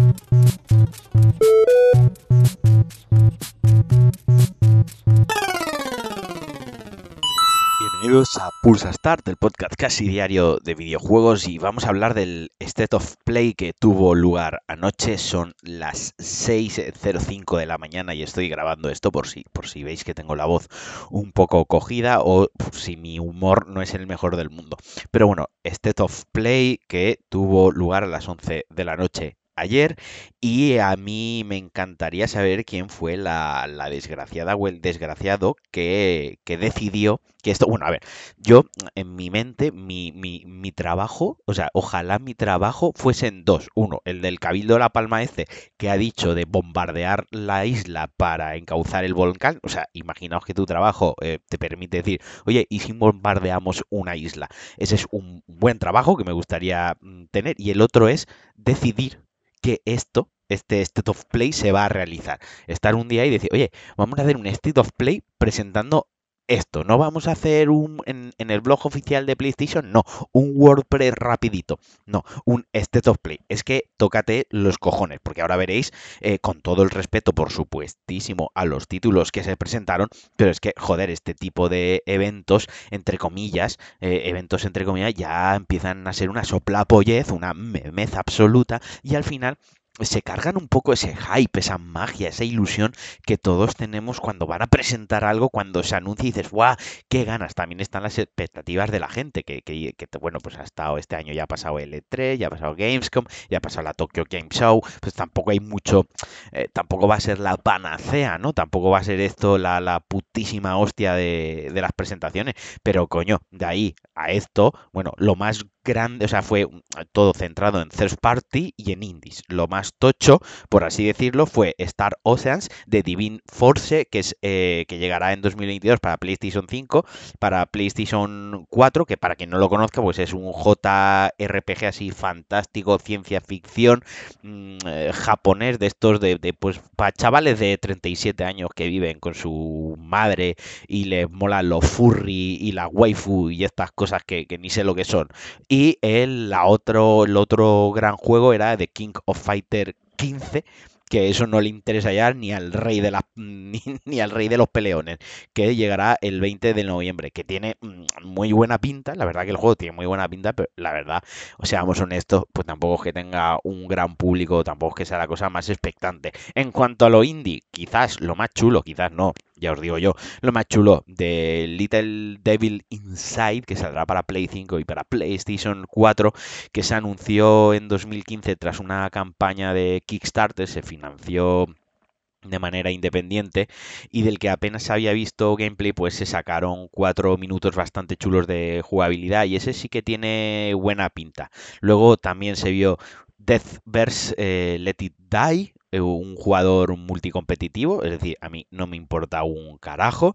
Bienvenidos a Pulsa Start, el podcast casi diario de videojuegos, y vamos a hablar del State of Play que tuvo lugar anoche. Son las 6:05 de la mañana y estoy grabando esto por si veis que tengo la voz un poco cogida o por si mi humor no es el mejor del mundo. Pero bueno, State of Play que tuvo lugar a las 11 de la noche ayer, y a mí me encantaría saber quién fue la desgraciada o el desgraciado que decidió que esto. Bueno, a ver, yo en mi mente, mi trabajo, o sea, ojalá mi trabajo fuesen dos. Uno, el del Cabildo de La Palma que ha dicho de bombardear la isla para encauzar el volcán. O sea, imaginaos que tu trabajo te permite decir, oye, ¿y si bombardeamos una isla? Ese es un buen trabajo que me gustaría tener. Y el otro es decidir que este State of Play se va a realizar. Estar un día y decir, oye, vamos a hacer un State of Play presentando esto. No vamos a hacer en el blog oficial de PlayStation, no, un WordPress rapidito, no, un State of Play. Es que tócate los cojones, porque ahora veréis, con todo el respeto, por supuestísimo, a los títulos que se presentaron, pero es que, joder, este tipo de eventos entre comillas, ya empiezan a ser una soplapollez, una memez absoluta, y al final se cargan un poco ese hype, esa magia, esa ilusión que todos tenemos cuando van a presentar algo, cuando se anuncia y dices, ¡guau! ¡Qué ganas! También están las expectativas de la gente, bueno, pues ha estado este año, ya ha pasado el E3, ya ha pasado Gamescom, ya ha pasado la Tokyo Game Show, pues tampoco hay mucho, tampoco va a ser la panacea, ¿no? Tampoco va a ser esto la putísima hostia de las presentaciones, pero coño, de ahí a esto, bueno, lo más grande, o sea, fue todo centrado en third party y en indies. Lo más tocho, por así decirlo, fue Star Oceans de Divine Force, que llegará en 2022 para PlayStation 5, para PlayStation 4, que para quien no lo conozca, pues es un JRPG así fantástico, ciencia ficción, japonés, de estos pues para chavales de 37 años que viven con su madre y les mola los furry y la waifu y estas cosas que ni sé lo que son. Y el otro gran juego era The King of Fighter 15, que eso no le interesa ya ni al rey de ni al rey de los peleones, que llegará el 20 de noviembre, que tiene muy buena pinta. La verdad que el juego tiene muy buena pinta, pero la verdad, o sea, seamos honestos, pues tampoco es que tenga un gran público, tampoco es que sea la cosa más expectante. En cuanto a lo indie, quizás lo más chulo, quizás no, ya os digo yo, lo más chulo de Little Devil Inside, que saldrá para Play 5 y para PlayStation 4, que se anunció en 2015 tras una campaña de Kickstarter, se financió de manera independiente, y del que apenas había visto gameplay, pues se sacaron 4 minutos bastante chulos de jugabilidad, y ese sí que tiene buena pinta. Luego también se vio Deathverse Let It Die, un jugador multicompetitivo, es decir, a mí no me importa un carajo.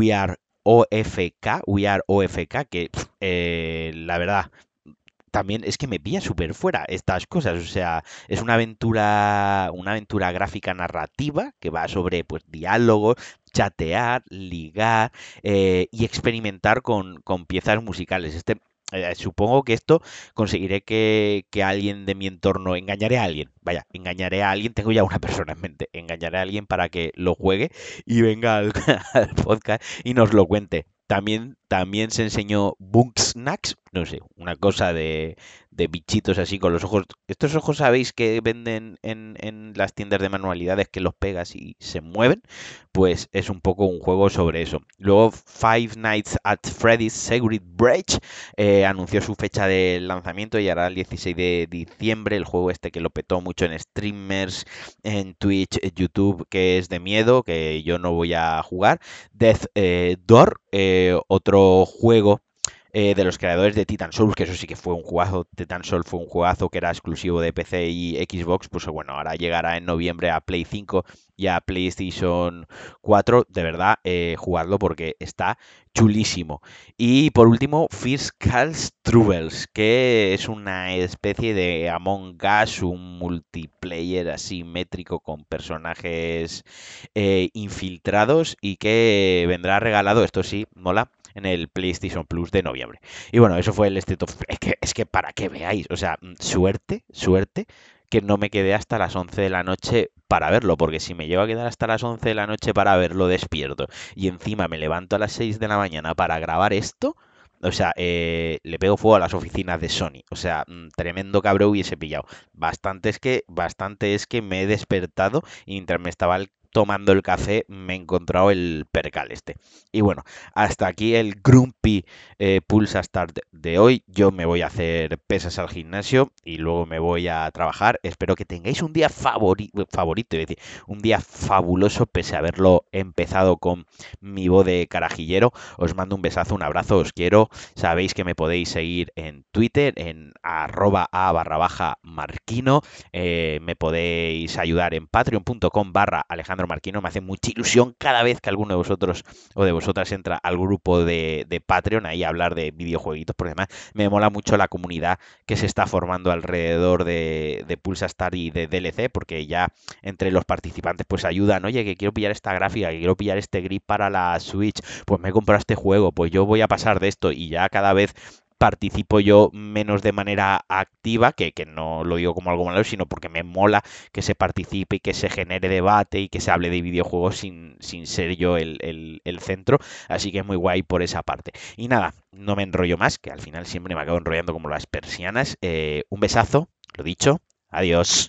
We Are OFK, que la verdad también es que me pilla súper fuera estas cosas. O sea, es una aventura gráfica narrativa que va sobre pues diálogos, chatear, ligar, y experimentar con piezas musicales. Supongo que esto conseguiré que alguien de mi entorno, engañaré a alguien, vaya, engañaré a alguien, tengo ya una persona en mente, engañaré a alguien para que lo juegue y venga al, al podcast y nos lo cuente. También se enseñó Bugsnax, no sé, una cosa de bichitos así con los ojos. Estos ojos, ¿sabéis que venden en las tiendas de manualidades, que los pegas y se mueven? Pues es un poco un juego sobre eso. Luego Five Nights at Freddy's Secret Breach anunció su fecha de lanzamiento y hará el 16 de diciembre. El juego este que lo petó mucho en streamers, en Twitch, YouTube, que es de miedo, que yo no voy a jugar. Death Door, otro juego de los creadores de Titan Souls, que eso sí que fue un juegazo. Titan Souls fue un juegazo que era exclusivo de PC y Xbox, pues bueno, ahora llegará en noviembre a Play 5 y a PlayStation 4. De verdad, jugadlo porque está chulísimo. Y por último, Fiscal Troubles, que es una especie de Among Us, un multiplayer asimétrico con personajes infiltrados, y que vendrá regalado, esto sí, mola, en el PlayStation Plus de noviembre. Y bueno, eso fue el State of Play. Es que para que veáis, o sea, suerte que no me quedé hasta las 11 de la noche para verlo, porque si me llevo a quedar hasta las 11 de la noche para verlo despierto y encima me levanto a las 6 de la mañana para grabar esto, o sea, le pego fuego a las oficinas de Sony. O sea, tremendo cabrón hubiese pillado. Bastante es que me he despertado y mientras me estaba tomando el café me he encontrado el percal este. Y bueno, hasta aquí el Grumpy Pulsa Start de hoy. Yo me voy a hacer pesas al gimnasio y luego me voy a trabajar. Espero que tengáis un día favorito, es decir, un día fabuloso pese a haberlo empezado con mi voz de carajillero. Os mando un besazo, un abrazo, os quiero. Sabéis que me podéis seguir en Twitter, en @a_marquino. Me podéis ayudar en patreon.com/Alejandro Marquino. Me hace mucha ilusión cada vez que alguno de vosotros o de vosotras entra al grupo de Patreon ahí a hablar de videojueguitos, porque además me mola mucho la comunidad que se está formando alrededor de Pulsa Star y de DLC, porque ya entre los participantes pues ayudan, oye, que quiero pillar esta gráfica, que quiero pillar este grip para la Switch, pues me he comprado este juego, pues yo voy a pasar de esto y ya cada vez participo yo menos de manera activa, que no lo digo como algo malo, sino porque me mola que se participe y que se genere debate y que se hable de videojuegos sin ser yo el centro, así que es muy guay por esa parte. Y nada, no me enrollo más, que al final siempre me acabo enrollando como las persianas. Un besazo, lo dicho, adiós.